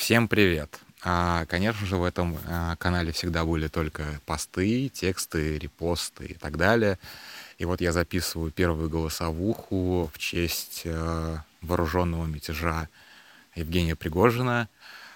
Всем привет! Конечно же, в этом канале всегда были только посты, тексты, репосты и так далее. И вот я записываю первую голосовуху в честь вооруженного мятежа Евгения Пригожина.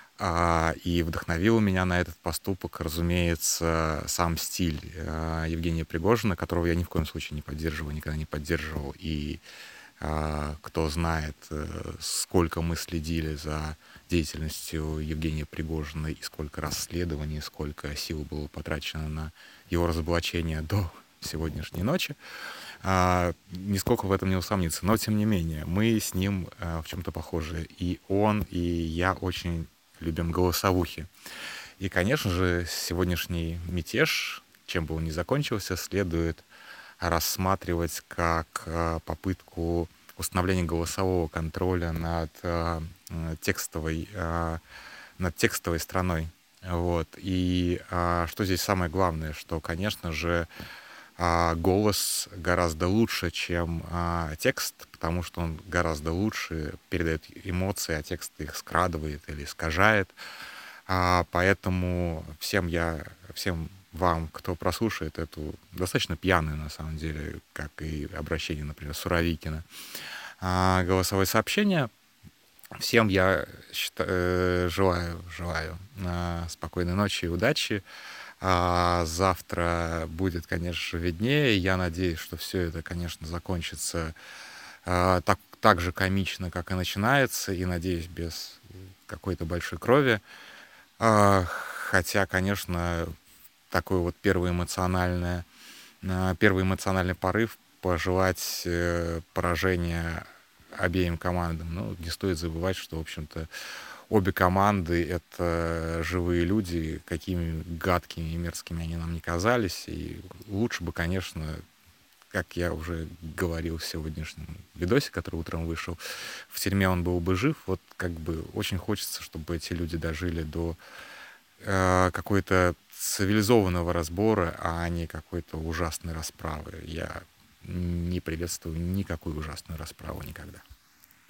И вдохновил меня на этот поступок, разумеется, сам стиль Евгения Пригожина, которого я ни в коем случае не поддерживал, никогда не поддерживал. И кто знает, сколько мы следили за деятельностью Евгения Пригожина и сколько расследований, сколько сил было потрачено на его разоблачение до сегодняшней ночи, нисколько в этом не усомниться. Но, тем не менее, мы с ним в чем-то похожи. И он, и я очень любим голосовухи. И, конечно же, сегодняшний мятеж, чем бы он ни закончился, следует рассматривать как попытку установления голосового контроля над текстовой страной. Вот. И что здесь самое главное, что, конечно же, голос гораздо лучше, чем текст, потому что он гораздо лучше передает эмоции, а текст их скрадывает или искажает. Поэтому всем вам, кто прослушает эту достаточно пьяную, на самом деле, как и обращение, например, Суровикина, голосовое сообщение, всем я желаю спокойной ночи и удачи. Завтра будет, конечно же, виднее. Я надеюсь, что все это, конечно, закончится так же комично, как и начинается, и, надеюсь, без какой-то большой крови. Хотя, конечно, такой вот первый эмоциональный порыв пожелать поражения обеим командам. Но не стоит забывать, что, в общем-то, обе команды — это живые люди, какими гадкими и мерзкими они нам не казались. И лучше бы, конечно, как я уже говорил в сегодняшнем видосе, который утром вышел, в тюрьме он был бы жив. Вот как бы очень хочется, чтобы эти люди дожили до какой-то цивилизованного разбора, а не какой-то ужасной расправы. Я не приветствую никакую ужасную расправу никогда.